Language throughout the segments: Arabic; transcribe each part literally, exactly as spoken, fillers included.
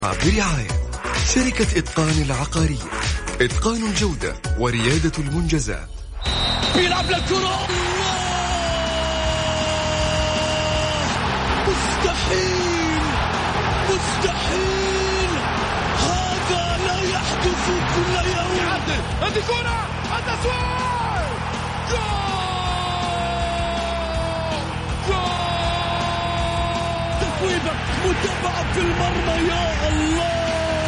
برعاية شركة إتقان العقارية، إتقان الجودة وريادة المنجزات. بيلعب للكرة، مستحيل مستحيل، هذا لا يحدث كل يوم. هذه كرة التسويق، جول جول، تسويبة متابعة في المرمى، يا الله.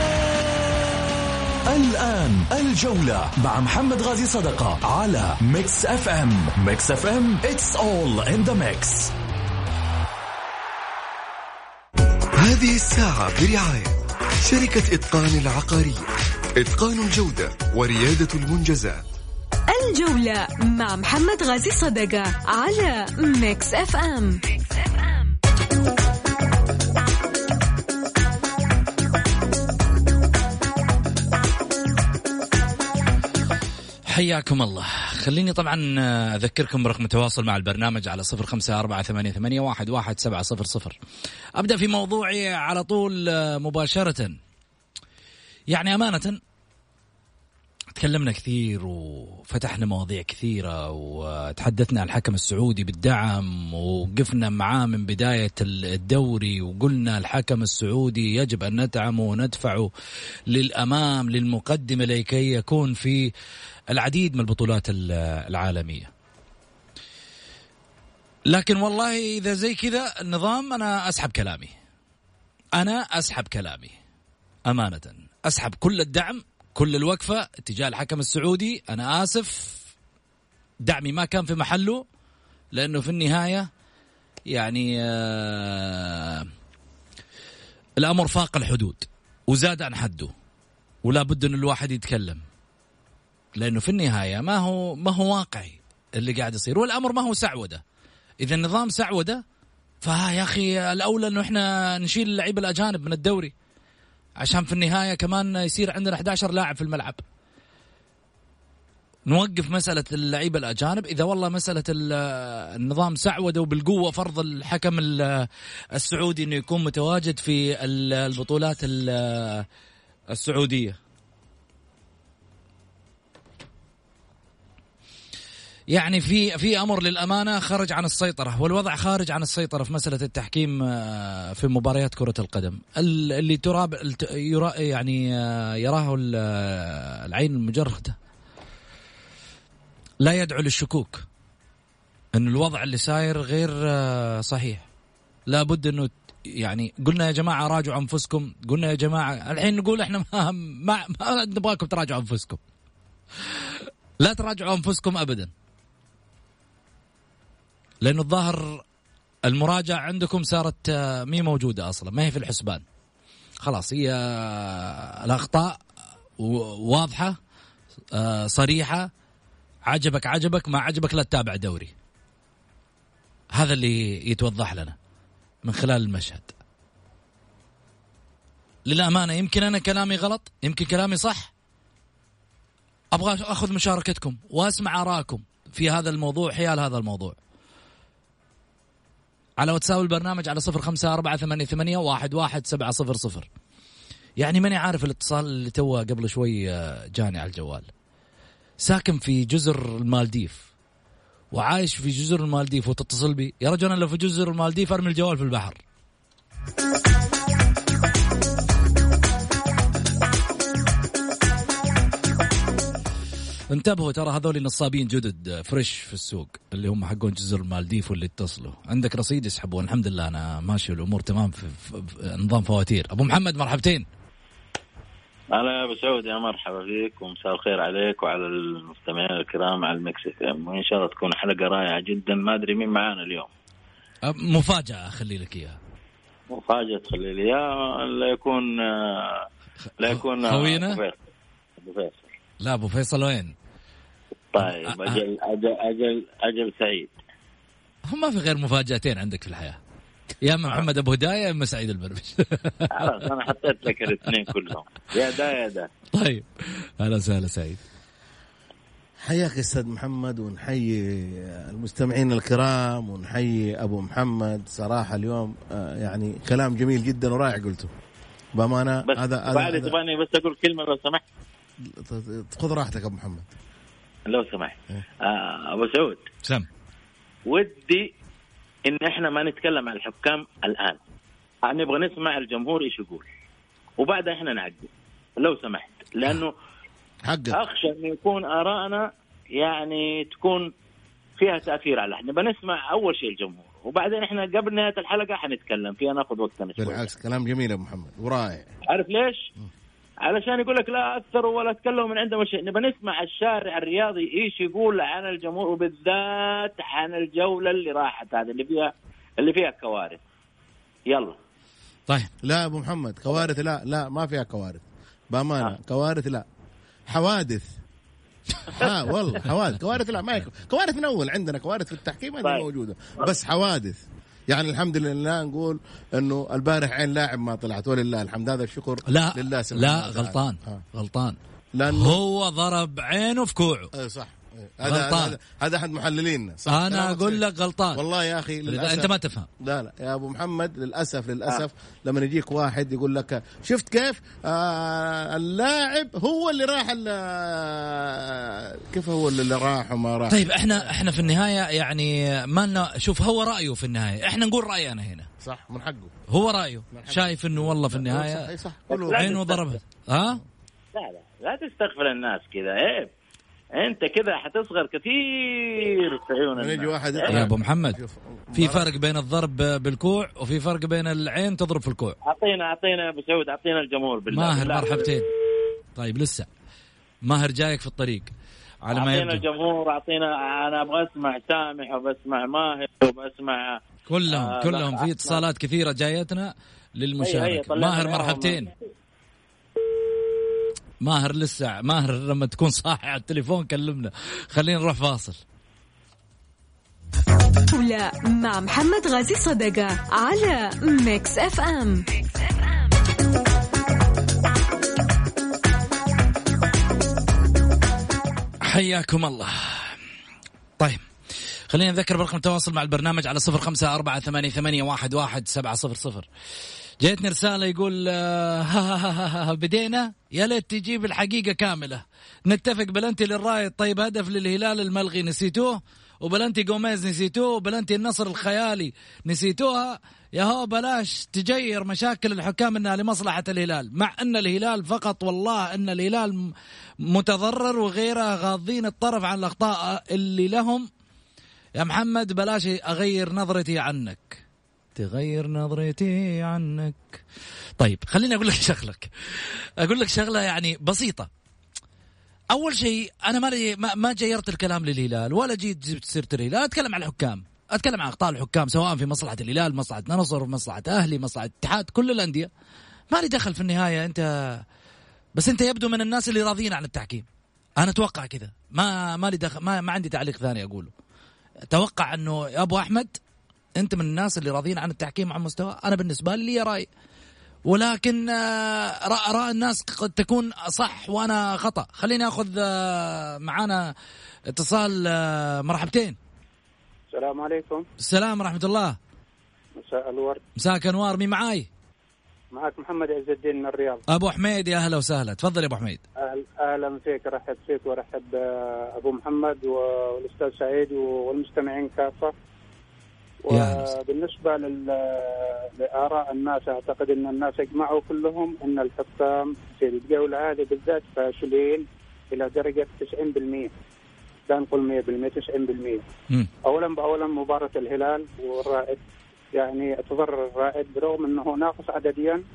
الآن الجولة مع محمد غازي صدقة على ميكس اف ام. ميكس اف ام it's all in the mix. هذه الساعة برعاية شركة إتقان العقارية، إتقان الجودة وريادة المنجزات. الجولة مع محمد غازي صدقة على ميكس اف ام. حياكم الله. خليني طبعا أذكركم برقم التواصل مع البرنامج على صفر خمسة أربعة ثمانية ثمانية واحد واحد سبعة صفر صفر. أبدأ في موضوعي على طول مباشرة. يعني أمانة تكلمنا كثير وفتحنا مواضيع كثيرة وتحدثنا عن الحكم السعودي بالدعم، وقفنا معاه من بداية الدوري وقلنا الحكم السعودي يجب أن ندعمه وندفعه للأمام للمقدمة لكي يكون في العديد من البطولات العالمية. لكن والله إذا زي كذا النظام أنا أسحب كلامي، أنا أسحب كلامي أمانة، أسحب كل الدعم كل الوقفة اتجاه الحكم السعودي. أنا آسف، دعمي ما كان في محله، لأنه في النهاية يعني آه الأمر فاق الحدود وزاد عن حده، ولا بد أن الواحد يتكلم، لأنه في النهاية ما هو ما هو واقعي اللي قاعد يصير، والأمر ما هو سعودة. إذا النظام سعودة فها يا أخي الأولى أنه إحنا نشيل اللعيبة الأجانب من الدوري، عشان في النهاية كمان يصير عندنا أحد عشر لاعب في الملعب. نوقف مسألة اللعيبة الأجانب إذا والله مسألة النظام سعودة وبالقوة فرض الحكم السعودي أنه يكون متواجد في البطولات السعودية. يعني في في أمر للأمانة خرج عن السيطرة، والوضع خارج عن السيطرة في مسألة التحكيم في مباريات كرة القدم اللي تراب يعني يراه العين المجردة لا يدعو للشكوك أن الوضع اللي ساير غير صحيح. لا بد أنه يعني قلنا يا جماعة راجعوا أنفسكم، قلنا يا جماعة الحين نقول إحنا ما, ما, ما نبغاكم تراجعوا أنفسكم، لا تراجعوا أنفسكم أبدا، لأنه الظاهر المراجعة عندكم صارت مي موجودة أصلا، ما هي في الحسبان خلاص. هي الأخطاء واضحة صريحة، عجبك عجبك ما عجبك لا تتابع دوري. هذا اللي يتوضح لنا من خلال المشهد. للأمانة يمكن أنا كلامي غلط، يمكن كلامي صح، أبغى أخذ مشاركتكم وأسمع آراءكم في هذا الموضوع حيال هذا الموضوع على واتساب البرنامج على صفر خمسة أربعة ثمانية ثمانية واحد واحد سبعة صفر صفر. يعني ماني عارف الاتصال اللي توه قبل شوي جاني على الجوال، ساكن في جزر المالديف وعايش في جزر المالديف وتتصل بي. يا رجل أنا لو في جزر المالديف أرمي الجوال في البحر. انتبهوا ترى هذول نصابين جدد فريش في السوق اللي هم حقون جزر المالديف واللي اتصلوا. عندك رصيد يسحبوا. الحمد لله أنا ماشي الأمور تمام في, في, في نظام فواتير. أبو محمد مرحبتين. هلا يا أبو سعود، يا مرحبا فيك ومساء الخير عليك وعلى المستمعين الكرام على الميكس اف ام، وإن شاء الله تكون حلقة رائعة جدا. ما أدري مين معانا اليوم. مفاجأة أخلي لك إياها. مفاجأة تخلي لي إياها. لا يكون لا يكون خوينا أبو فيصل. لا أبو فيصل وين؟ طيب أجل أجل أجل أجل سعيد. هم ما في غير مفاجأتين عندك في الحياة، يا أما محمد أبو هداية يا أما سعيد البربش. خلاص أنا حطيت لك الاثنين كلهم، يا دا يا دا. طيب أهلا وسهلا سعيد. حياك أستاذ محمد، ونحيي المستمعين الكرام ونحيي أبو محمد. صراحة اليوم يعني كلام جميل جدا ورائع قلته. بأمانة. بس هذا بعد تبغاني بس أقول كلمة لو سمحت؟ خذ راحتك أبو محمد لو سمحت. آه أبو سعود سم ودي إن إحنا ما نتكلم عن الحكام الآن، نبغى نسمع الجمهور إيش يقول وبعدها إحنا نعدي لو سمحت، لأنه حقك. أخشى أن يكون آراءنا يعني تكون فيها تأثير على إحنا. بنسمع أول شيء الجمهور وبعدين إحنا قبل نهاية الحلقة حنتكلم فيها، ناخذ وقتنا شوي. بالعكس كلام جميل يا محمد ورائع. عارف ليش؟ علشان يقول لك لا أكثروا ولا تكلموا من عندهم شيء. نبى نسمع الشارع الرياضي إيش يقول عن الجمهور وبالذات عن الجولة اللي راحت هذه اللي فيها اللي فيها كوارث. يلا. طيب لا أبو محمد كوارث لا لا ما فيها كوارث بأمانة. آه. كوارث لا، حوادث. ها والله حوادث. كوارث لا ما هي كوارث. من أول عندنا كوارث في التحكيم هذه طيب. موجودة بس حوادث يعني الحمد لله نقول إنه البارح عين لاعب ما طلعت ولله الحمد. هذا الشكر لا لله. لا غلطان آه. غلطان لأنه هو ضرب عينه في كوعه. اي صح. هذا هذا هذا احد محلليننا. انا اقول لك غلطان والله يا اخي. انت ما تفهم. لا لا يا ابو محمد للاسف للاسف آه. لما يجيك واحد يقول لك شفت كيف آه اللاعب هو اللي راح كيف هو اللي راح وما راح. طيب احنا احنا في النهايه يعني ما لنا. شوف هو رايه في النهايه، احنا نقول راينا هنا صح من حقه. هو رايه شايف انه والله في النهايه صح. عينه ضربت. ها لا لا لا تستغفل الناس كذا. عيب انت كذا حتصغر كثير في عيون الناس. يجي واحد يا ابو محمد في فرق بين الضرب بالكوع وفي فرق بين العين تضرب في الكوع. اعطينا اعطينا ابو سعود اعطينا الجمهور بالله. ماهر مرحبتين. طيب لسه ماهر جايك في الطريق على ما يبدو. اعطينا الجمهور اعطينا. انا ابغى اسمع سامح وبسمع ماهر وبسمع كلهم آه كلهم في اتصالات كثيره جايتنا للمشاركه. ماهر مرحبتين. ماهر لسه ماهر لما تكون صاحي على التليفون كلمنا. خلينا نروح فاصل. لا مع محمد غازي صدقة على ميكس اف ام. حياكم الله. طيب خلينا نذكر برقم التواصل مع البرنامج على صفر خمسة أربعة ثمانية ثمانية واحد واحد سبعة صفر صفر. جاءتني رسالة يقول ها ها ها ها بدينا يا ليت تجيب الحقيقة كاملة. نتفق بلنتي للرايد. طيب هدف للهلال الملغي نسيتوه، وبلنتي قوميز نسيتوه، وبلنتي النصر الخيالي نسيتوها. يا هو بلاش تجير مشاكل الحكام انها لمصلحة الهلال، مع ان الهلال فقط والله ان الهلال متضرر وغيره غاضين الطرف عن الأخطاء اللي لهم. يا محمد بلاش أغير نظرتي عنك، تغير نظرتي عنك. طيب خليني أقول لك شغلة أقول لك شغلة يعني بسيطة. أول شيء أنا ما ما, ما جيرت الكلام للهلال ولا جيت جبت سيرة الهلال. أتكلم عن الحكام، أتكلم عن أخطاء الحكام سواء في مصلحة الهلال، مصلحة نصر، مصلحة أهلي، مصلحة اتحاد، كل الأندية ما لي دخل في النهاية. أنت بس أنت يبدو من الناس اللي راضين عن التحكيم. أنا أتوقع كذا، ما ما لي دخل، ما, ما عندي تعليق ثاني أقوله. أتوقع أنه يا أبو أحمد أنت من الناس اللي راضين عن التحكيم عن مستوى. أنا بالنسبة لي رأي، ولكن آراء الناس قد تكون صح وأنا خطأ. خليني أخذ معانا اتصال. مرحبتين. السلام عليكم. السلام ورحمة الله. مساء الورد. مساك أنوار. مين معاي؟ معك محمد عز الدين من الرياض. أبو حميد يا أهلا وسهلا. تفضل يا أبو حميد. أهلا فيك، رحب فيك ورحب أبو محمد والأستاذ سعيد والمستمعين كافة. وبالنسبة لآراء الناس أعتقد أن الناس يجمعوا كلهم أن الحكام في الجولة هذه بالذات فاشلين إلى درجة تسعين بالمئة، لا نقول مئة بالمئة، تسعين بالمئة. أولا بأولا مباراة الهلال والرائد، يعني تضرر الرائد برغم أنه ناقص عدديا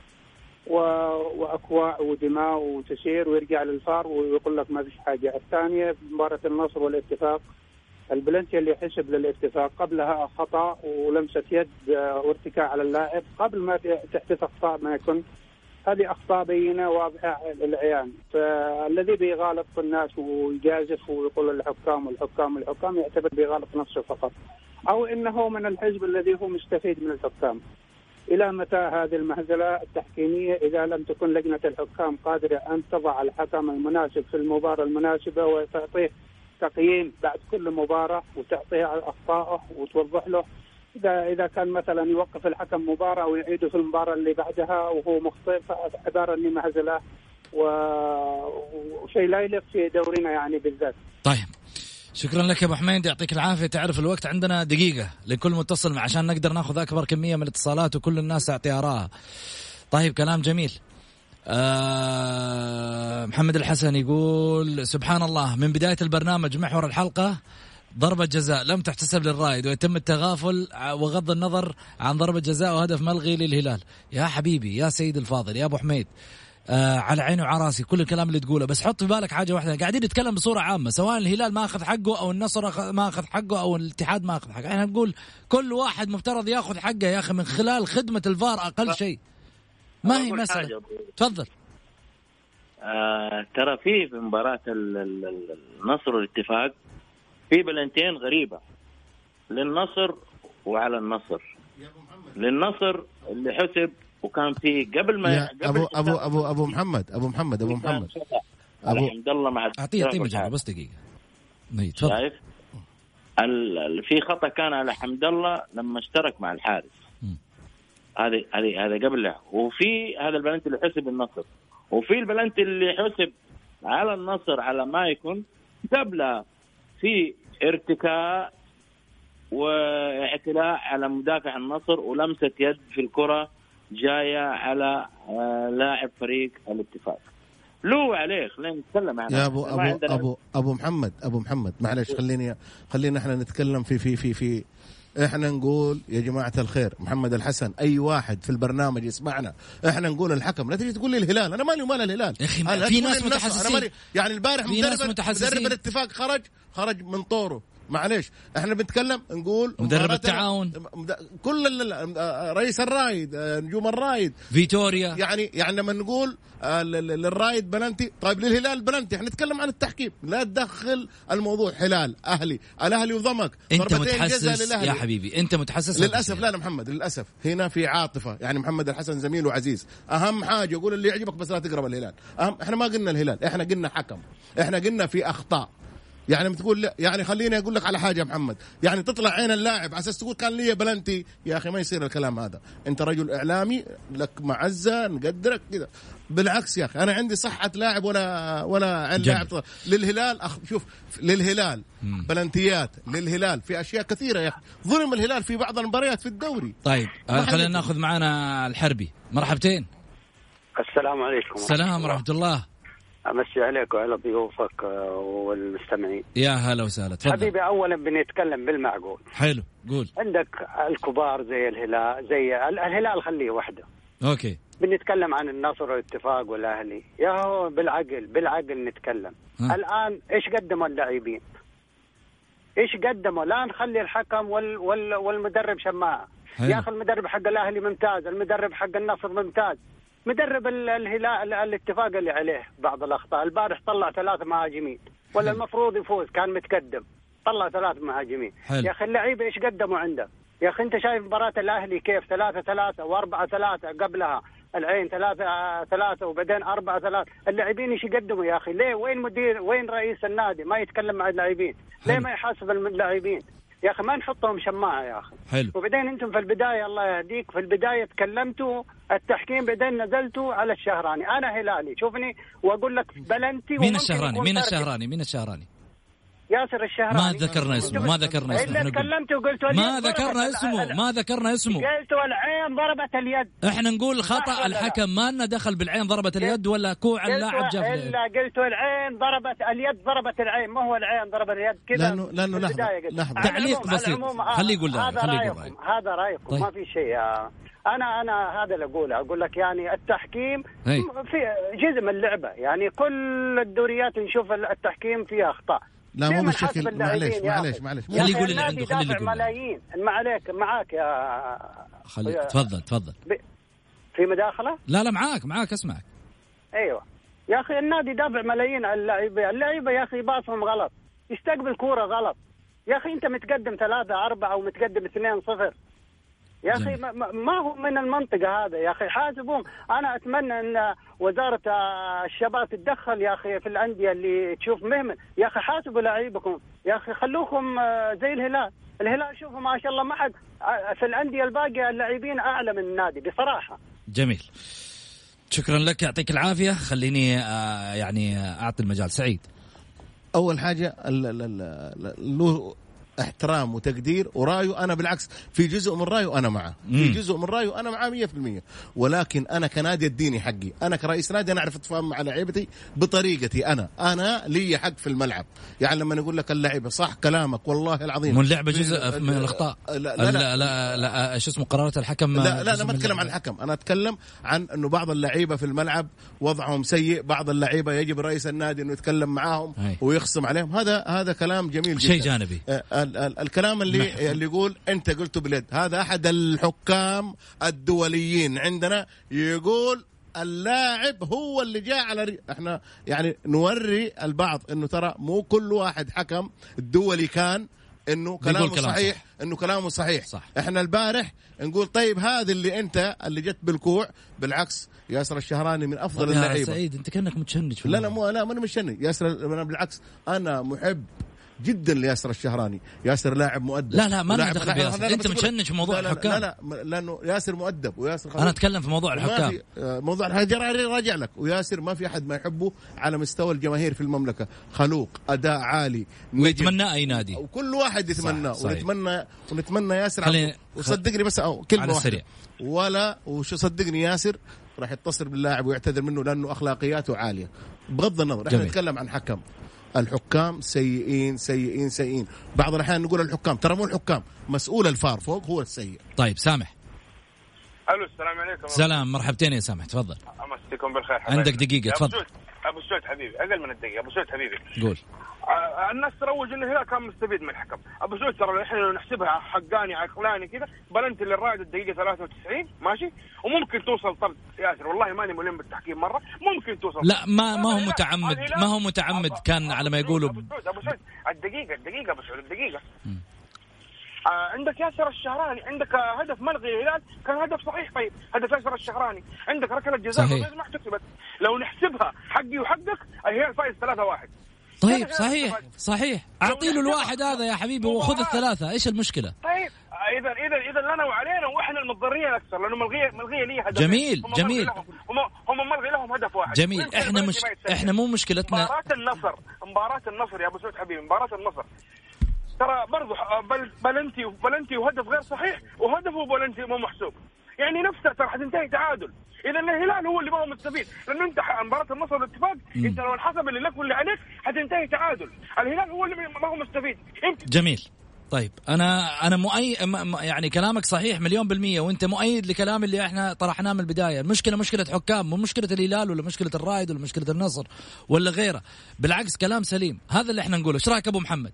وأكواع ودماء وتسير ويرجع للفار ويقول لك ما فيش حاجة. الثانية مباراة النصر والاتفاق، البلنتي اللي حسب للاتفاق قبلها خطأ ولمسة يد وارتكاء على اللاعب قبل ما تحدث أخطاء ما يكون. هذه أخطاء بينة واضحة للعيان. فالذي بيغالط في الناس ويجازف ويقول الحكام والحكام والحكام يعتبر بيغالط نفسه فقط، أو إنه من الحزب الذي هو مستفيد من الحكام. إلى متى هذه المهزلة التحكيمية إذا لم تكن لجنة الحكام قادرة أن تضع الحكم المناسب في المباراة المناسبة وتعطيه تقييم بعد كل مباراة وتعطيه على أخطائه وتوضح له إذا إذا كان مثلا يوقف الحكم مباراة ويعيده في المباراة اللي بعدها وهو مخطئ، فاعتبار إني مهزلة وشيء لا يليق في دورنا يعني بالذات. طيب شكرا لك يا ابو حميد، يعطيك العافيه. تعرف الوقت عندنا دقيقه لكل متصل عشان نقدر ناخذ اكبر كميه من الاتصالات وكل الناس اعطي اراها. طيب كلام جميل. آه محمد الحسن يقول سبحان الله من بدايه البرنامج محور الحلقه ضربة جزاء لم تحتسب للرائد ويتم التغافل وغض النظر عن ضربة جزاء وهدف ملغي للهلال. يا حبيبي يا سيد الفاضل يا ابو حميد، آه على عيني وعراسي كل الكلام اللي تقوله، بس حط في بالك حاجة واحدة، قاعدين نتكلم بصورة عامة، سواء الهلال ما أخذ حقه أو النصر ما أخذ حقه أو الاتحاد ما أخذ حقه، احنا يعني نقول كل واحد مفترض يأخذ حقه يا أخي من خلال خدمة الفار أقل شيء. ما هي مسألة. تفضل. آه ترى في في مباراة النصر والاتفاق في بلنتين غريبة للنصر وعلى النصر. للنصر اللي حسب وكان في قبل ما قبل ابو ابو ابو ابو محمد ابو محمد ابو محمد ابو حمد الله مع اعطيه اعطيه مجال بس دقيقه. تفضل. شايف في خطا كان على حمد الله لما اشترك مع الحارس، هذه هذه هذا قبل، وفي هذا البلنت اللي حسب النصر، وفي البلنت اللي حسب على النصر على ما يكون قبلها في ارتكاء واعتلاء على مدافع النصر ولمسة يد في الكرة جاية على لاعب فريق الاتفاق. لو عليه خلينا نتكلم عنه يا ابو ابو ابو ابو محمد ابو محمد معلش خليني خلينا احنا نتكلم في في في في احنا نقول يا جماعة الخير محمد الحسن اي واحد في البرنامج يسمعنا احنا نقول الحكم، لا تجي تقول لي الهلال، انا مالي ومال الهلال يا اخي في ناس متحسسين. يعني البارح مدرب مدرب الاتفاق خرج خرج من طوره، معليش احنا بنتكلم نقول مدرب التعاون كل رئيس الرايد نجوم الرايد فيتوريا، يعني يعني لما نقول للرايد بلنتي، طيب للهلال بلنتي، احنا نتكلم عن التحكيم، لا تدخل الموضوع هلال اهلي الاهلي وضمك. انت متحسس يا حبيبي، انت متحسس للاسف. لا لا محمد للاسف هنا في عاطفه، يعني محمد الحسن زميل وعزيز، اهم حاجه يقول اللي يعجبك بس لا تقرب الهلال. اهم احنا ما قلنا الهلال، احنا قلنا حكم، احنا قلنا في اخطاء. يعني بتقول يعني خليني اقول لك على حاجه يا محمد، يعني تطلع عين اللاعب على اساس تقول كان لي بلنتي، يا اخي ما يصير الكلام هذا، انت رجل اعلامي لك معزه نقدرك كذا. بالعكس يا اخي انا عندي صحه لاعب ولا ولا عين لاعب للهلال. أخ شوف للهلال مم. بلنتيات للهلال في اشياء كثيره يا اخي، ظلم الهلال في بعض المباريات في الدوري. طيب خلينا ناخذ معنا الحربي. مرحبتين. السلام عليكم. السلام ورحمه الله. أمسي عليك وعلى ضيوفك والمستمعين. يا هلا وسهلا. تفضل حبيبي. أولا بنتكلم بالمعقول. حلو قول. عندك الكبار زي الهلال، زي الهلال خليه وحده. أوكي. بنتكلم عن النصر والاتفاق والأهلي، يا هو بالعقل بالعقل نتكلم. ها. الآن إيش قدموا اللاعبين؟ إيش قدموا؟ لا نخلي الحكم وال وال والمدرب شماعة. يا أخي المدرب حق الأهلي ممتاز، المدرب حق النصر ممتاز، مدرب الهلال الاتفاق اللي عليه بعض الأخطاء. البارح طلع ثلاثة مهاجمين ولا المفروض يفوز، كان متقدم طلع ثلاثة مهاجمين. حلو. يا أخي اللعيبة إيش قدموا عنده؟ يا أخي أنت شايف مباراة الأهلي كيف ثلاثة ثلاثة وأربعة ثلاثة، قبلها العين ثلاثة ثلاثة وبعدين أربعة ثلاثة. اللاعبين إيش يقدموا يا أخي؟ ليه وين مدير وين رئيس النادي ما يتكلم مع اللاعبين؟ ليه ما يحاسب اللاعبين يا أخي؟ ما نحطهم شماعة يا أخي. حلو. وبعدين أنتم في البداية الله يهديك في البداية تكلمتوا التحكيم، بعدين نزلتوا على الشهراني. أنا هلالي شوفني وأقول لك بلنتي. مين الشهراني؟ مين الشهراني؟ مين الشهراني؟ ياسر الشهراني. ما ذكرنا اسمه، ما ذكرنا اسمه. إلا تكلمت وقلت ما ذكرنا اسمه، ما ذكرنا اسمه. قلت العين ضربت اليد. احنا نقول خطأ الحكم، ما لنا دخل بالعين ضربت اليد ولا كوع اللاعب جاب. إلا قلت العين ضربت اليد، ضربت العين، ما هو العين ضرب اليد كذا. لأنه لأنه لحظة لحظة تعليق بسيط. خليه يقول له. هذا رايكم، هذا رايكم. طيب. ما في شيء. أنا أنا هذا اللي أقوله، أقول لك يعني التحكيم هي. في جزء من اللعبة، يعني كل الدوريات نشوف التحكيم فيها أخطاء. لا مو بالشكل. معليش معليش معليش خليه يقول اللي عنده. خليه يقول ملايين. ما عليك معاك يا خلي. تفضل تفضل. في مداخلة؟ لا لا معاك معاك اسمعك. أيوة يا أخي النادي دافع ملايين على اللاعبين، اللعيبة يا أخي باصهم غلط، يستقبل كورة غلط. يا أخي أنت متقدم ثلاثة أربعة ومتقدم اثنين صفر، يا أخي ما, ما هو من المنطقة هذا يا أخي، حاسبون. أنا أتمنى أن وزارة الشباب تتدخل يا أخي في الأندية اللي تشوف مهمل. يا أخي حاسبوا لاعبكم يا أخي، خلوكم زي الهلال. الهلال شوفوا ما شاء الله ما حد في الأندية الباقية اللاعبين أعلى من النادي بصراحة. جميل، شكرا لك، يعطيك العافية. خليني آه يعني أعطي المجال سعيد. أول حاجة له احترام وتقدير ورأيه، أنا بالعكس في جزء من رأيه أنا معه، في جزء من رأيه أنا معه مية في المية. ولكن أنا كنادي اديني حقي، أنا كرئيس نادي أنا أعرف أتفاهم مع لاعبتي بطريقتي، أنا أنا لي حق في الملعب. يعني لما نقول لك اللعبة صح كلامك والله العظيم من اللعبة جزء من الأخطاء. لا لا لا, لا, لا, لا ايش اسمه قرارات الحكم. لا لا, لا ما أتكلم عن الحكم، أنا أتكلم عن إنه بعض اللعيبة في الملعب وضعهم سيء، بعض اللعيبة يجب رئيس النادي إنه يتكلم معاهم هي. ويخصم عليهم. هذا هذا كلام جميل جدا، شيء جانبي. الكلام اللي اللي يقول انت قلته باليد، هذا احد الحكام الدوليين عندنا يقول اللاعب هو اللي جاء على ري... احنا يعني نوري البعض انه ترى مو كل واحد حكم الدولي كان انه كلامه كلام صحيح صح. انه كلامه صحيح صح. احنا البارح نقول طيب هذا اللي انت اللي جت بالكوع، بالعكس ياسر الشهراني من افضل اللعيبه. سعيد انت كانك متشنج. لا لا مو لا ماني متشنج ياسر، انا بالعكس انا محب جدا لياسر الشهراني. ياسر لاعب مؤدب. لا لا ما ندخل بياسر، انت متشنج في موضوع لا الحكام. لا لا لانه ياسر مؤدب وياسر خلاص. انا اتكلم في موضوع الحكام، موضوع الحكام راجع لك. وياسر ما في احد ما يحبه على مستوى الجماهير في المملكه، خلوق، اداء عالي، ويتمنى اي نادي وكل واحد يتمناه. ونتمنى ونتمنى ياسر خليني... وصدقني بس أو كلمه واحده السريع. ولا وشو صدقني ياسر راح يتصل باللاعب ويعتذر منه لانه اخلاقياته عاليه بغض النظر. احنا نتكلم عن حكم، الحكام سيئين سيئين سيئين. بعض الأحيان نقول الحكام، ترى مو الحكام، مسؤول الفار فوق هو السيء. طيب سامح. الو السلام عليكم. سلام، مرحبتين يا سامح، تفضل. امسيكم بالخير. عندك دقيقة تفضل. ابو سعود حبيبي، اقل من الدقيقة. ابو سعود حبيبي قول. آه الناس تروج انه الهلال كان مستفيد من الحكم. ابو سعود ترى احنا لو نحسبها حقاني عقلاني كذا، بلنتي للرائد الدقيقة ثلاثة وتسعين ماشي، وممكن توصل طرد ياسر. والله ماني ملم بالتحكيم مرة، ممكن توصل. لا ما ما هو متعمد، ما هو متعمد كان على ما يقولوا. ابو سعود ابو سعود الدقيقة الدقيقة ابو سعود الدقيقة. آه عندك ياسر الشهراني، عندك آه هدف ملغي الهلال كان هدف صحيح. طيب هدف ياسر الشهراني، عندك ركلة جزاء ما احتسبت. لو نحسبها حقي وحقك الهلال فايز ثلاثة واحد. طيب صحيح صحيح، اعطي له الواحد هذا يا حبيبي وخذ الثلاثة، ايش المشكلة؟ طيب اذا اذا اذا لنا وعلينا واحنا المتضررين اكثر، لانه ملغيه ملغيه لي هدف. جميل هم جميل هم, هم ملغي لهم هدف واحد. جميل. احنا مش احنا مو مشكلتنا مباراة النصر، مباراة النصر يا ابو سعود حبيبي، مباراة النصر ترى برضو بل بلنتي بلنتي وهدف غير صحيح، وهدفه بلنتي مو محسوب، يعني نفسه ترى حتنتهي تعادل. اذا الهلال هو اللي ما هو مستفيد، لانه انت مباراة النصر والاتفاق انت لو انحسب اللي لك واللي عليك حتنتهي تعادل. الهلال هو اللي ما هو مستفيد. جميل. طيب انا انا مؤيد، يعني كلامك صحيح مليون بالمية، وانت مؤيد لكلام اللي احنا طرحناه من البداية. المشكلة مشكلة حكام، مو مشكلة الهلال ولا مشكلة الرائد ولا مشكلة النصر ولا غيره. بالعكس كلام سليم، هذا اللي احنا نقوله. ايش رايك ابو محمد؟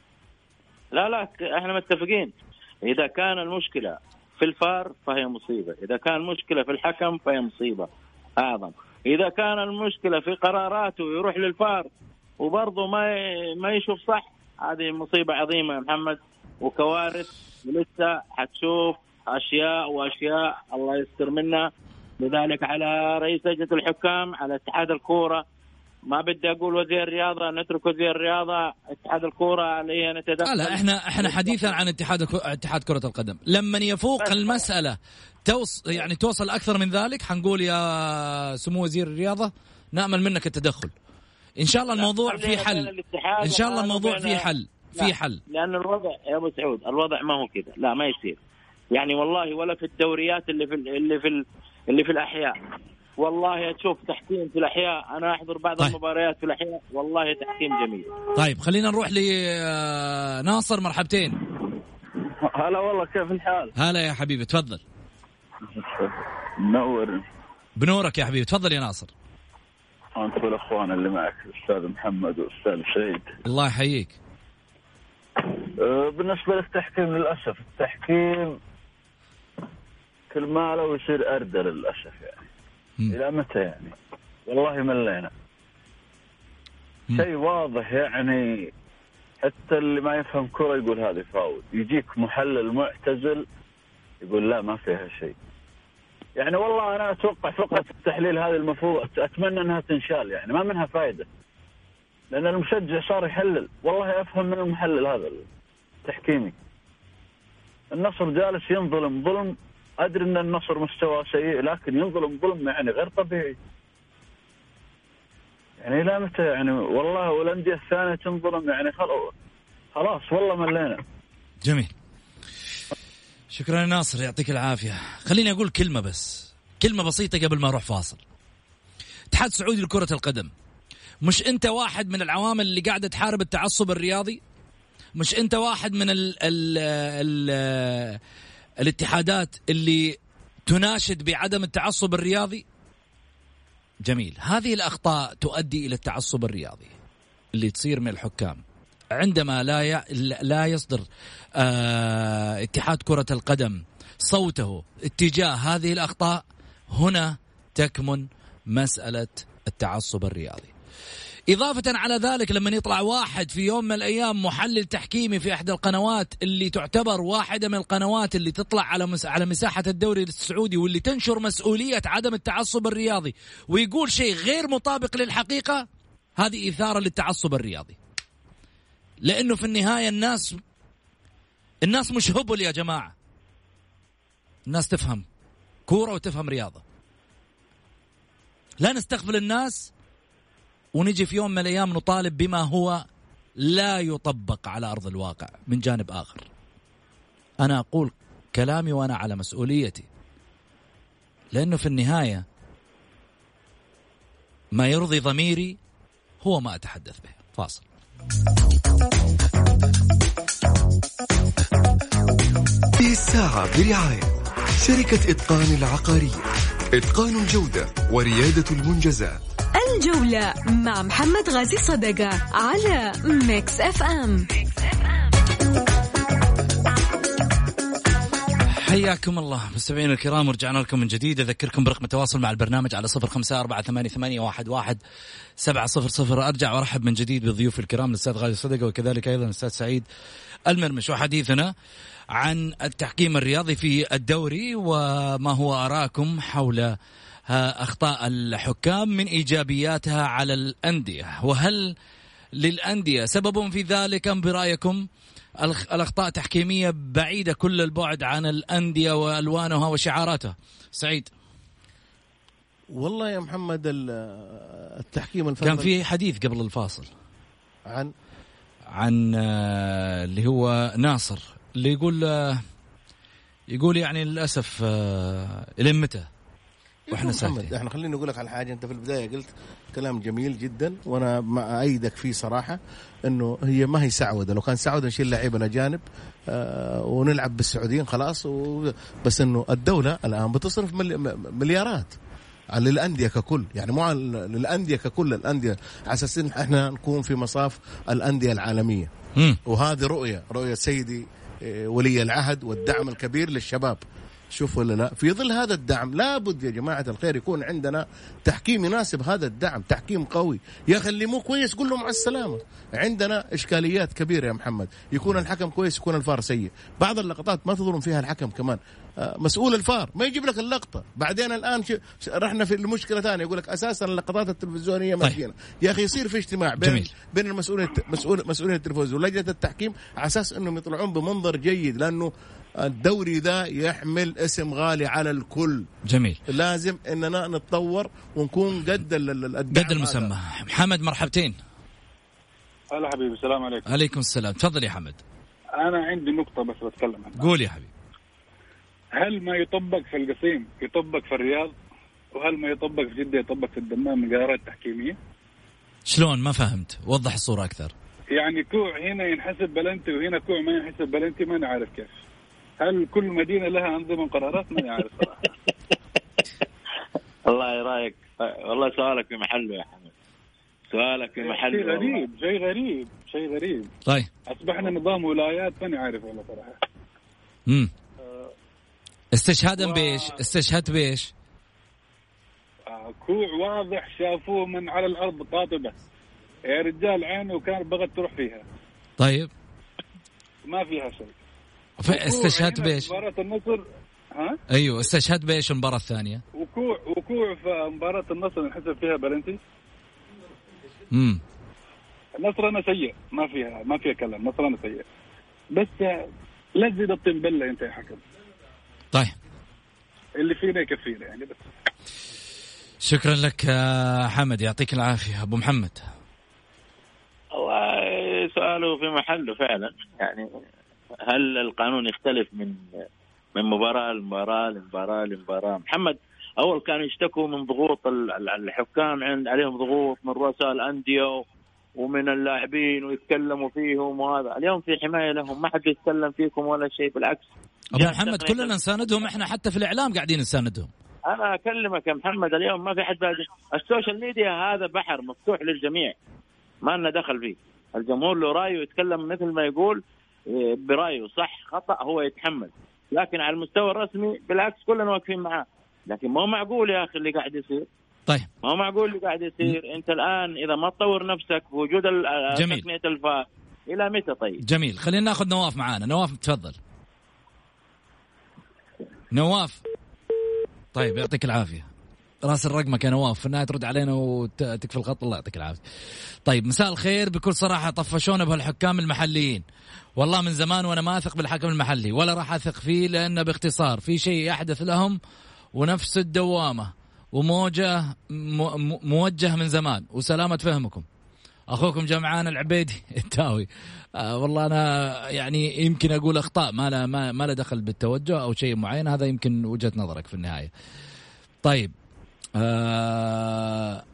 لا لا احنا متفقين. اذا كان المشكلة في الفار فهي مصيبة، اذا كان مشكلة في الحكم فهي مصيبة اعظم، اذا كان المشكلة في قراراته يروح للفار وبرضه ما ما يشوف صح، هذه مصيبة عظيمة يا محمد وكوارث، ولسه حتشوف أشياء وأشياء الله يستر منها. لذلك على رئيس لجنة الحكام، على اتحاد الكورة، ما بدي أقول وزير الرياضة، نترك وزير الرياضة، اتحاد الكورة عليه نتدخل. لا احنا احنا حديثا عن اتحاد اتحاد كرة القدم، لما يفوق المسألة توص يعني توصل أكثر من ذلك حنقول يا سمو وزير الرياضة نأمل منك التدخل. إن شاء الله الموضوع في حل، إن شاء الله الموضوع في حل في حل. لأن الوضع يا أبو سعود الوضع ما هو كذا، لا ما يصير يعني والله، ولا في الدوريات اللي في اللي في اللي في الأحياء، والله تشوف تحكيم في الأحياء. أنا أحضر بعض طيب. المباريات في الأحياء والله تحكيم جميل. طيب خلينا نروح لناصر، مرحبتين. هلا والله، كيف الحال؟ هلا يا حبيبي، تفضل. منور. بنورك يا حبيبي، تفضل يا ناصر. أنت والأخوان اللي معك الأستاذ محمد والأستاذ سعيد. الله يحييك. أه بالنسبة للتحكيم للأسف التحكيم كل ما له يصير أردى للأسف يعني. م. إلى متى يعني؟ والله ملينا. شيء واضح يعني، حتى اللي ما يفهم كرة يقول هذه فاول. يجيك محلل معتزل يقول لا ما فيها شيء. يعني والله أنا أتوقع فقرة التحليل هذه المفروض أتمنى أنها تنشال، يعني ما منها فائدة، لأن المشجع صار يحلل. والله أفهم من المحلل هذا التحكيمي. النصر جالس ينظلم ظلم، أدري أن النصر مستوى سيء لكن ينظلم ظلم يعني غير طبيعي. يعني لا متى يعني والله، والأندية الثانية تنظلم يعني خلاص والله ملينا. جميل، شكرا يا ناصر، يعطيك العافية. خليني أقول كلمة بس، كلمة بسيطة قبل ما أروح فاصل. اتحاد سعودي لكرة القدم، مش أنت واحد من العوامل اللي قاعدة تحارب التعصب الرياضي؟ مش أنت واحد من ال ال ال الاتحادات اللي تناشد بعدم التعصب الرياضي؟ جميل، هذه الأخطاء تؤدي إلى التعصب الرياضي اللي تصير من الحكام عندما لا ي... لا يصدر آه... اتحاد كرة القدم صوته اتجاه هذه الأخطاء. هنا تكمن مسألة التعصب الرياضي. إضافة على ذلك، لما يطلع واحد في يوم من الأيام محلل تحكيمي في إحدى القنوات اللي تعتبر واحدة من القنوات اللي تطلع على مس... على مساحة الدوري السعودي واللي تنشر مسؤولية عدم التعصب الرياضي، ويقول شيء غير مطابق للحقيقة، هذه إثارة للتعصب الرياضي. لأنه في النهاية الناس الناس مش هبل يا جماعة، الناس تفهم كورة وتفهم رياضة. لا نستغفل الناس ونجي في يوم من الأيام نطالب بما هو لا يطبق على أرض الواقع. من جانب آخر أنا أقول كلامي وأنا على مسؤوليتي، لأنه في النهاية ما يرضي ضميري هو ما أتحدث به. فاصل. في الساعة برعاية شركة إتقان العقارية، إتقان الجودة وريادة المنجزات. الجولة مع محمد غازي صدقة على ميكس اف ام. حياكم الله مستمعين الكرام، ورجعنا لكم من جديد. أذكركم برقم التواصل مع البرنامج على صفر خمسة أربعة ثمانية ثمانية واحد واحد سبعة صفر صفر. أرجع وأرحب من جديد بضيوف الكرام الأستاذ غازي صدقة وكذلك أيضا الأستاذ سعيد المرمش، وحديثنا عن التحكيم الرياضي في الدوري وما هو أراكم حول أخطاء الحكام من إيجابياتها على الأندية، وهل للأندية سبب في ذلك أم برأيكم الأخطاء تحكيمية بعيدة كل البعد عن الأندية وألوانها وشعاراتها؟ سعيد. والله يا محمد التحكيم الفضل كان في حديث قبل الفاصل عن عن اللي هو ناصر اللي يقول يقول يعني للأسف إلى متى واحنا ساكتين. احنا خليني اقول لك على حاجه. انت في البدايه قلت كلام جميل جدا وانا مع ايدك فيه صراحه، انه هي ما هي سعوده. لو كان سعوده نشيل لعيبه الاجانب آه ونلعب بالسعوديين خلاص. بس انه الدوله الان بتصرف مليارات على الانديه ككل، يعني مو على الانديه ككل، الانديه على اساس ان احنا نكون في مصاف الانديه العالميه. م. وهذه رؤيه رؤيه سيدي ولي العهد والدعم الكبير للشباب. شوف ولا لا، في ظل هذا الدعم لابد يا جماعة الخير يكون عندنا تحكيم يناسب هذا الدعم، تحكيم قوي. يا أخي اللي مو كويس قول له مع السلامة. عندنا إشكاليات كبيرة يا محمد، يكون الحكم كويس يكون الفار سيء. بعض اللقطات ما تظلم فيها الحكم كمان، مسؤول الفار ما يجيب لك اللقطة. بعدين الآن رحنا في المشكلة ثانية، يقول لك أساسا اللقطات التلفزيونية مسكينة. طيب. يا أخي يصير في اجتماع بين جميل. بين المسؤولين مسؤول مسؤولين التلفزيون ولجنة التحكيم على أساس إنهم يطلعون بمنظر جيد، لأنه الدوري ذا يحمل اسم غالي على الكل. جميل. لازم اننا نتطور ونكون قد قد المسمى. محمد مرحبتين. هلا حبيبي، السلام عليكم. عليكم السلام، تفضل يا حمد. انا عندي نقطة بس بتكلم عنها. قول يا حبيبي. هل ما يطبق في القصيم يطبق في الرياض؟ وهل ما يطبق في جدة يطبق في الدمام من قرارات تحكيمية؟ شلون؟ ما فهمت، وضح الصورة أكثر. يعني كوع هنا ينحسب بلنتي وهنا كوع ما ينحسب بلنتي، ما نعرف كيف. هل كل مدينة لها أنظمة قرارات؟ ما نعرف صراحة. الله يرايك، والله سؤالك في محله يا حمد، سؤالك في محله. شيء غريب، شيء غريب، شيء غريب. طيب. أصبحنا نظام ولايات ما نعرف والله صراحة. امم استشهادا و... بإيش؟ استشهدت بإيش؟ آه كوع واضح شافوه من على الأرض قاطبة يا رجال، عينه وكان بغت تروح فيها. طيب. ما فيها شيء. استشهدت بإيش؟ مباراة النصر ها ايوه استشهد بايش المباراه الثانيه؟ وقوع وقوع في مباراه النصر نحسب فيها بلنتي. امم النصر انا سيء، ما فيها ما فيها كلام، النصر انا سيء، بس لا تزيد الطين بله انت يا حكم. طيب اللي فينا يكفينا يعني. بس شكرا لك يا حمد، يعطيك العافيه. ابو محمد والله سؤاله في محله فعلا. يعني هل القانون يختلف من من مباراة لمباراة لمباراة لمباراة؟ محمد أول كانوا يشتكوا من ضغوط الحكام، عند عليهم ضغوط من رؤساء الأندية ومن اللاعبين ويتكلموا فيهم، وهذا اليوم في حماية لهم، ما حد يتكلم فيكم ولا شيء، بالعكس. أبو محمد كلنا نساندهم، إحنا حتى في الإعلام قاعدين نساندهم. أنا أكلمك يا محمد اليوم ما في حد بعد. السوشيال ميديا هذا بحر مفتوح للجميع، ما لنا دخل فيه. الجمهور له رأيه يتكلم مثل ما يقول برأيه، صح خطأ هو يتحمل، لكن على المستوى الرسمي بالعكس كلنا واقفين معاه. لكن ما معقول يا أخي اللي قاعد يصير. طيب ما معقول اللي قاعد يصير. أنت الآن إذا ما تطور نفسك بوجود تقنية الفار إلى متى؟ طيب جميل، خلينا ناخذ نواف معانا. نواف تفضل. نواف طيب يعطيك العافية، راس الرقمك يا نواف، في النهاية ترد علينا وتكفي الخط. الله يعطيك العافية. طيب مساء الخير. بكل صراحة طفشونا بهالحكام المحليين، والله من زمان وأنا ما أثق بالحكم المحلي ولا راح أثق فيه، لأنه باختصار في شيء يحدث لهم ونفس الدوامة وموجه موجه من زمان. وسلامة فهمكم أخوكم جمعان العبيدي التاوي. آه والله أنا يعني يمكن أقول أخطاء ما لا ما, ما لا دخل بالتوجه أو شيء معين، هذا يمكن وجهة نظرك في النهاية. طيب آه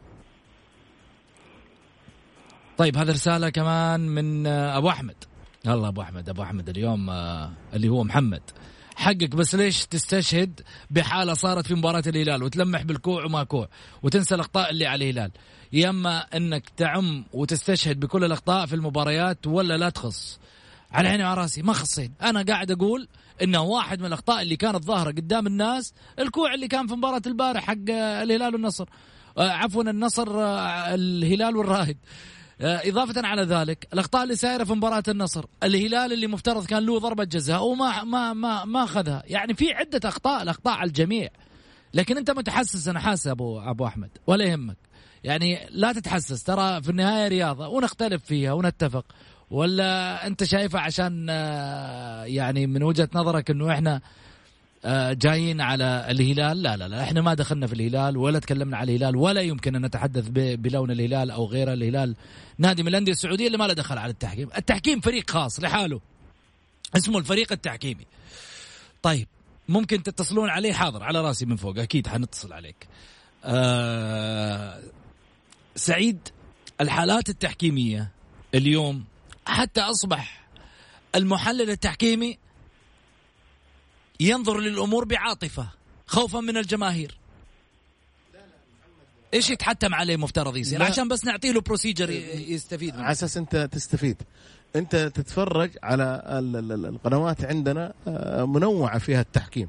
طيب هذا رسالة كمان من أبو أحمد. يلا أبو أحمد أبو أحمد اليوم آه اللي هو محمد، حقك بس ليش تستشهد بحالة صارت في مباراة الهلال وتلمح بالكوع وما كوع وتنسى الأخطاء اللي على الهلال؟ يا اما انك تعم وتستشهد بكل الاخطاء في المباريات، ولا لا تخص. على عيني وعلى راسي ما خصين، انا قاعد اقول انه واحد من الاخطاء اللي كانت ظاهره قدام الناس الكوع اللي كان في مباراه البارح حق الهلال والنصر، آه عفوا النصر آه الهلال والرائد. آه اضافه على ذلك الاخطاء اللي سايره في مباراه النصر، الهلال اللي مفترض كان له ضربه جزاء وما ما ما ما اخذها. يعني في عده اخطاء، الاخطاء على الجميع، لكن انت متحسس. انا حاسس ابو ابو احمد ولا يهمك، يعني لا تتحسس، ترى في النهاية رياضة ونختلف فيها ونتفق. ولا أنت شايفها عشان يعني من وجهة نظرك أنه إحنا جايين على الهلال؟ لا لا لا، إحنا ما دخلنا في الهلال ولا تكلمنا على الهلال، ولا يمكن أن نتحدث بلون الهلال أو غيره. الهلال نادي من الأندية السعودية اللي ما له دخل على التحكيم. التحكيم فريق خاص لحاله اسمه الفريق التحكيمي. طيب ممكن تتصلون عليه؟ حاضر، على راسي من فوق أكيد حنتصل عليك. آه سعيد، الحالات التحكيمية اليوم حتى أصبح المحلل التحكيمي ينظر للأمور بعاطفة خوفا من الجماهير. إيش يتحتم عليه مفترض يصير عشان بس نعطيه له بروسيجر يستفيد منه. على أساس أنت تستفيد، أنت تتفرج على القنوات عندنا منوعة فيها التحكيم،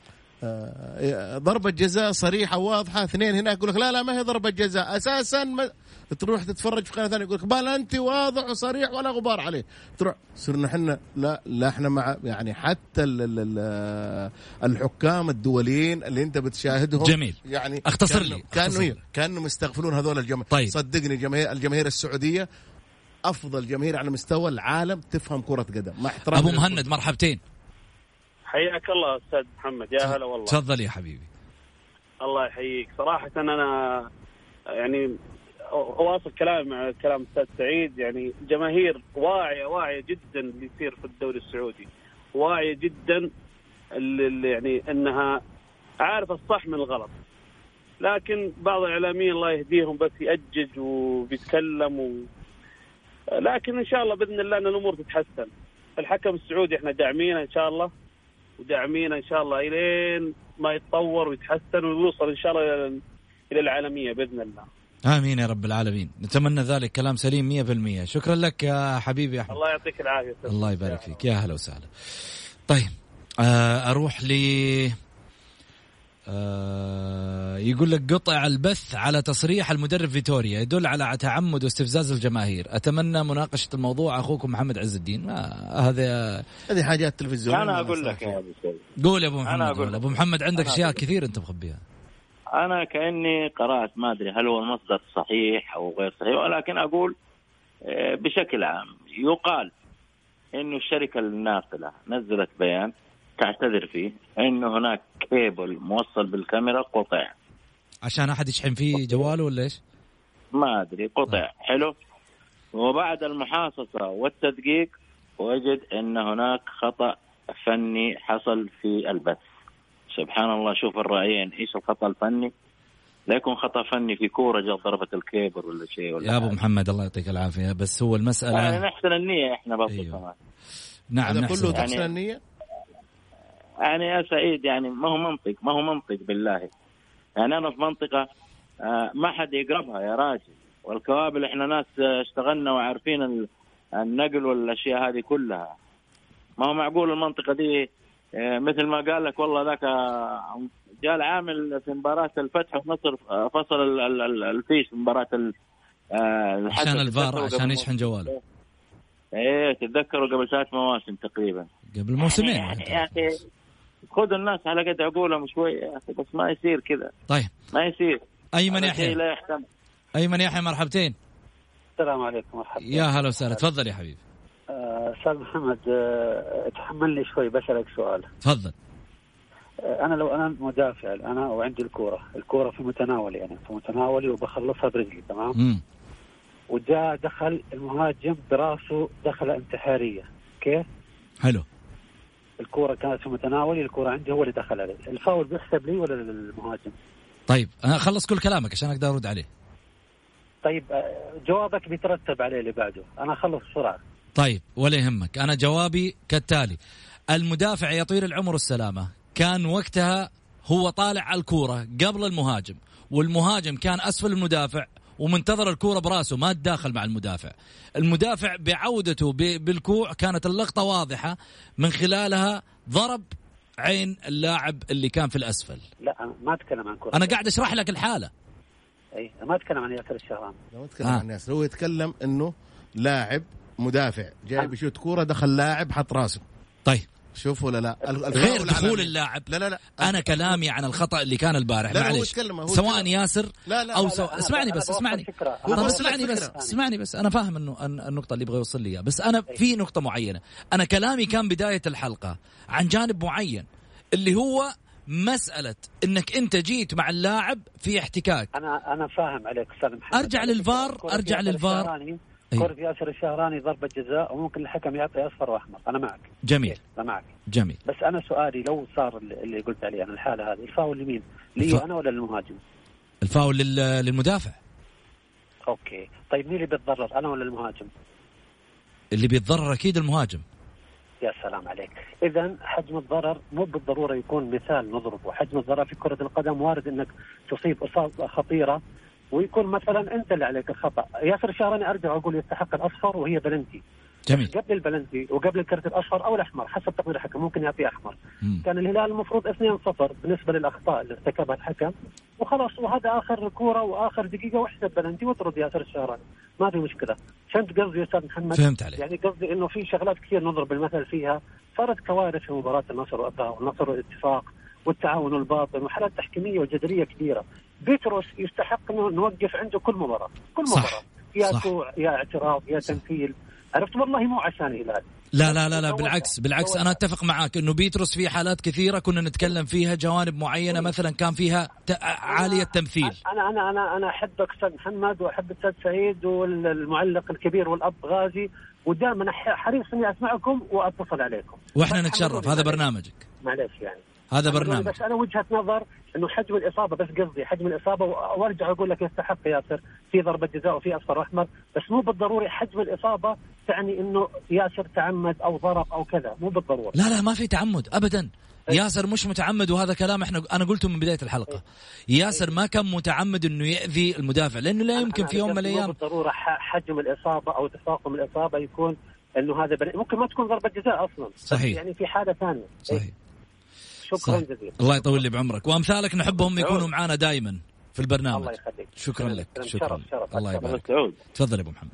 ضربة جزاء صريحة واضحة، اثنين هناك يقول لك لا لا ما هي ضربة جزاء أساسا، ما تروح تتفرج في قناة ثانية يقول لك بلنتي واضح وصريح ولا غبار عليه، تروح صرنا احنا لا لا احنا مع يعني حتى ال ال الحكام الدوليين اللي انت بتشاهدهم جميل يعني اختصر لي كانوا كانوا مستغفلون هذول الجماهير. طيب. صدقني الجماهير الجماهير السعودية أفضل جماهير على مستوى العالم تفهم كرة قدم. مع احترام أبو مهند مرحبتين. حياك الله أستاذ محمد. يا هلا والله. تفضل يا حبيبي. الله يحييك. صراحة أنا يعني أواصل كلامي مع كلام أستاذ سعيد. يعني جماهير واعية واعية جدا اللي يصير في الدوري السعودي، واعية جدا اللي يعني أنها عارفة الصح من الغلط، لكن بعض الإعلاميين الله يهديهم بس يأجج وبيتكلم و... لكن إن شاء الله بإذن الله أن الأمور تتحسن. الحكم السعودي إحنا داعمينه إن شاء الله، وداعمينه إن شاء الله إلين ما يتطور ويتحسن ويوصل إن شاء الله إلى العالمية بإذن الله. آمين يا رب العالمين، نتمنى ذلك. كلام سليم مية بالمية. شكرا لك يا حبيبي أحمد. الله يعطيك العافية. الله يبارك فيك. يا هلا وسهلا. طيب أروح لي آه يقول لك قطع البث على تصريح المدرب فيتوريا يدل على تعمد واستفزاز الجماهير. أتمنى مناقشة الموضوع. أخوكم محمد عز الدين. هذا هذه حاجات تلفزيون. أنا أقول لك يا أبو سعيد قول يا ابو محمد. ابو محمد عندك اشياء كثير انت مخبيها. انا كاني قرات ما ادري هل هو المصدر صحيح او غير صحيح، ولكن اقول بشكل عام يقال انه الشركه الناقله نزلت بيان تعتذر فيه انه هناك كيبل موصل بالكاميرا قطع عشان احد يشحن فيه جواله ولا ايش ما ادري قطع. آه. حلو. وبعد المحاصصه والتدقيق وجد ان هناك خطا فني حصل في البث. سبحان الله، شوف الرأيين، ايش الخطا الفني؟ لا يكون خطا فني في كوره جت ضربت الكيبل ولا شيء ولا يا ابو محمد الله يعطيك العافيه. بس هو المساله يعني نحسن النيه احنا برضه. أيوه. نعم هذا كله تحسن يعني النيه. يعني يا سعيد يعني ما هو منطق ما هو منطق بالله. يعني انا في منطقه آه ما حد يقربها يا راجل، والكوابل احنا ناس اشتغلنا وعارفين النقل والاشياء هذه كلها. ما هو معقول المنطقه دي آه مثل ما قال لك والله ذاك جاء العامل في مباراه الفتح ونصر فصل الفيش في مباراه آه عشان الفار عشان يشحن جواله. ايه تتذكروا قبل ثلاث مواسم تقريبا، قبل موسمين يعني يا اخي خذوا الناس على قد عقولهم شوي يا اخي، بس ما يصير كذا. طيب ما يصير. ايمن يحيى لا يحتمل. ايمن يحيى مرحبتين. السلام عليكم. مرحبا يا هلا وسهلا. تفضل يا حبيبي. استاذ أه محمد أه تحملني شوي بسألك سؤال. تفضل. أه انا لو انا مدافع انا وعندي الكوره الكوره في متناولي يعني في متناولي وبخلصها برجلي تمام. امم وجاء دخل المهاجم براسه دخله انتحاريه كيف؟ حلو. الكوره كانت في متناولي، الكوره عندي هو اللي دخل علي، الفاول بيحسب لي ولا للمهاجم؟ طيب انا خلص كل كلامك عشان اقدر ارد عليه. طيب جوابك بيترتب عليه اللي بعده، انا اخلص بسرعه. طيب ولا يهمك، انا جوابي كالتالي: المدافع يطير العمر السلامه كان وقتها هو طالع على الكوره قبل المهاجم، والمهاجم كان اسفل المدافع ومنتظر الكورة براسه ما تداخل مع المدافع. المدافع بعودته بالكوع كانت اللقطة واضحة من خلالها ضرب عين اللاعب اللي كان في الأسفل. لا أنا ما أتكلم عن كرة، أنا قاعد أشرح لك الحالة. أي ما أتكلم عن ياسر الشهراني. لو أتكلم آه. عن ياسر هو يتكلم إنه لاعب مدافع جاي بيشوت كورة دخل لاعب حط راسه. طيب شوف ولا لا غير دخول اللاعب. لا لا لا انا كلامي عن الخطا اللي كان البارح. معلش سواء ياسر لا لا او لا سو... لا اسمعني بس اسمعني طب اسمعني بس اسمعني بس انا فاهم انه النقطه اللي يبغى يوصل لي اياها، بس انا في نقطه معينه. انا كلامي كان بدايه الحلقه عن جانب معين اللي هو مساله انك انت جيت مع اللاعب في احتكاك. انا انا فاهم عليك استاذ محمد. ارجع للفار ارجع للفار كرة ياسر الشهراني ضربة جزاء وممكن الحكم يعطي أصفر وأحمر. أنا معك. جميل. أنا معك. جميل. بس أنا سؤالي لو صار اللي قلت عليه أنا الحالة هذه الفاول لمين؟ لي الف... أنا ولا للمهاجم؟ الفاول لل... للمدافع. أوكي. طيب مين اللي بيتضرر أنا ولا المهاجم؟ اللي بيتضرر أكيد المهاجم. يا سلام عليك. إذا حجم الضرر مو بالضرورة يكون مثال نضربه. حجم الضرر في كرة القدم وارد إنك تصيب إصابة خطيرة ويكون مثلا انت اللي عليك الخطا. ياسر الشهراني ارجع اقول يستحق الاصفر وهي بلنتي. جميل. قبل البلنتي وقبل الكرت الاصفر او الاحمر حسب تقدير الحكم ممكن يعطيه احمر. مم. كان الهلال المفروض اثنين صفر بالنسبه للاخطاء اللي ارتكبها الحكم وخلاص، وهذا اخر كوره واخر دقيقه واحسب بلنتي وترد ياسر الشهراني ما في مشكله. فهمت قصدي يا استاذ محمد؟ فهمت عليك. يعني قصدي انه في شغلات كثير نضرب المثل فيها صارت كوارث في مباراه النصر والنصر والاتفاق والتعاون الباطن وحالات تحكيميه وجدليه كبيره. بيتروس يستحق انه نوقف عنده كل مباراه كل مباراه صح. يا كوع يا اعتراض يا تمثيل. عرفت والله مو عشان هلال. لا لا لا لا بالعكس بالعكس انا اتفق معاك انه بيتروس في حالات كثيره كنا نتكلم فيها جوانب معينه مثلا كان فيها عاليه التمثيل. انا انا انا انا احبك استاذ محمد واحب استاذ سعيد والمعلق الكبير والاب غازي ودائما حريص اني اسمعكم واتصل عليكم واحنا نتشرف. هذا برنامجك. معليش يعني هذا برنامج. بس أنا وجهة نظر إنه حجم الإصابة بس قصدي حجم الإصابة وارجع أقول لك يستحق ياسر في ضربة جزاء وفي أصفر وأحمر، بس مو بالضروري حجم الإصابة تعني إنه ياسر تعمد أو ضرب أو كذا، مو بالضرورة. لا لا ما في تعمد أبدا. ياسر مش متعمد وهذا كلام احنا أنا قلته من بداية الحلقة. ياسر ما كان متعمد إنه يأذي المدافع لأنه لا يمكن في يوم من الأيام. مو بالضرورة حجم الإصابة أو تفاقم الإصابة يكون إنه هذا بل... ممكن ما تكون ضربة جزاء أصلا. صحيح. يعني في حالة ثانية. صحيح. شكرا جزيلا. الله يطول لي بعمرك وامثالك نحبهم يكونوا معنا دائما في البرنامج. الله يخليك. شكرا لك. شكرا. شرف شرف. الله يبارك. تفضل يا ابو محمد.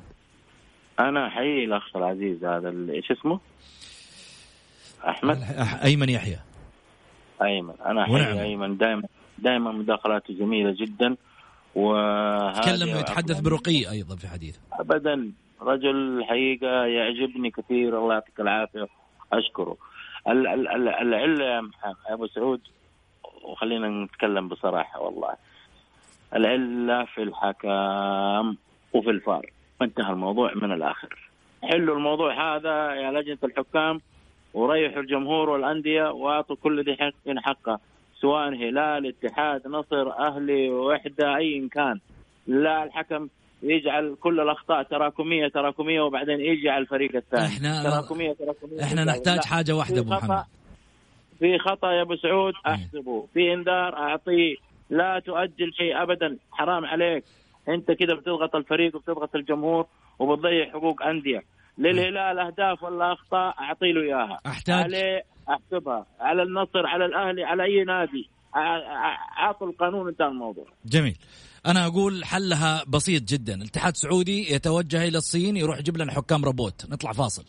انا حي الاخ العزيز هذا ايش اسمه؟ احمد ايمن يحيى. أيمن. أنا أحيي أيمن دائما دائما مداخلاته جميلة جدا، وتكلم ويتحدث برقي أيضا في حديثه. أبدا رجل حقيقة يعجبني كثير، الله يعطيك العافية، أشكره. العلة يا أبو سعود، وخلينا نتكلم بصراحة والله، العلة في الحكام وفي الفار، انتهى الموضوع من الآخر. حلوا الموضوع هذا يا لجنة الحكام وريحوا الجمهور والأندية واعطوا كل ذي حق حقه، سواء هلال، اتحاد، نصر، أهلي، وحدة، أي كان. لا الحكم يجعل كل الأخطاء تراكمية تراكمية وبعدين يجي على الفريق الثاني احنا تراكمية تراكمية. احنا نحتاج لا. حاجة واحدة أبو محمد، في خطأ يا أبو سعود أحسبه، في إنذار أعطيه، لا تؤجل شيء أبدا، حرام عليك. أنت كده بتضغط الفريق وبتضغط الجمهور وبتضيع حقوق أندية. للهلال أهداف ولا أخطاء أعطي له إياها، أحتاج عليه أحسبها، على النصر، على الأهلي، على أي نادي، أعطوا القانون، انتهى الموضوع. جميل. أنا أقول حلها بسيط جدا، الاتحاد السعودي يتوجه إلى الصين، يروح يجيب لنا حكام روبوت. نطلع فاصل.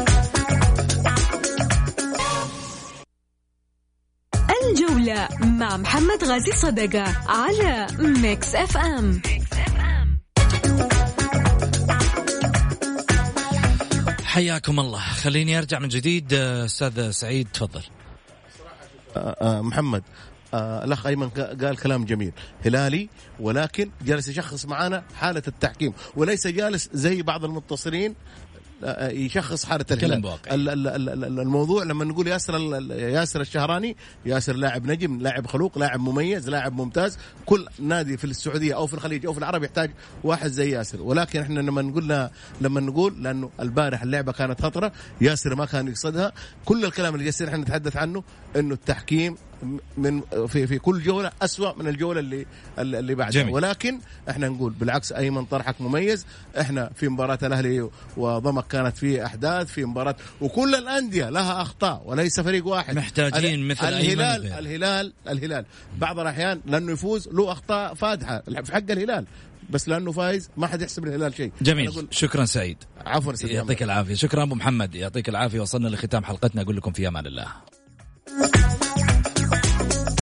الجولة مع محمد غازي صدقة على ميكس اف ام. حياكم الله. خليني أرجع من جديد. أستاذ سعيد تفضل. محمد، آه الأخ أيمن قال كلام جميل، هلالي ولكن جالس يشخص معانا حالة التحكيم، وليس جالس زي بعض المتصلين يشخص حالة الهلال. الموضوع لما نقول ياسر ياسر الشهراني، ياسر لاعب نجم، لاعب خلوق، لاعب مميز، لاعب ممتاز. كل نادي في السعودية أو في الخليج أو في العرب يحتاج واحد زي ياسر، ولكن احنا لما نقول لما نقول لأنه البارح اللعبة كانت خطرة، ياسر ما كان يقصدها. كل الكلام اللي جالسين احنا نتحدث عنه إنه التحكيم من في في كل جولة أسوأ من الجولة اللي اللي بعدها. ولكن احنا نقول بالعكس، أيمن طرحك مميز. احنا في مباراة الأهلي وضمك كانت فيه أحداث، في مباراة وكل الأندية لها أخطاء وليس فريق واحد. محتاجين مثل الهلال الهلال الهلال بعض الأحيان لأنه يفوز له أخطاء فادحة في حق الهلال، بس لأنه فايز ما حد يحسب الهلال شيء. جميل. شكرا سعيد. عفوا. يعطيك العافية. شكرا أبو محمد، يعطيك العافية. وصلنا لختام حلقتنا، أقول لكم في أمان الله.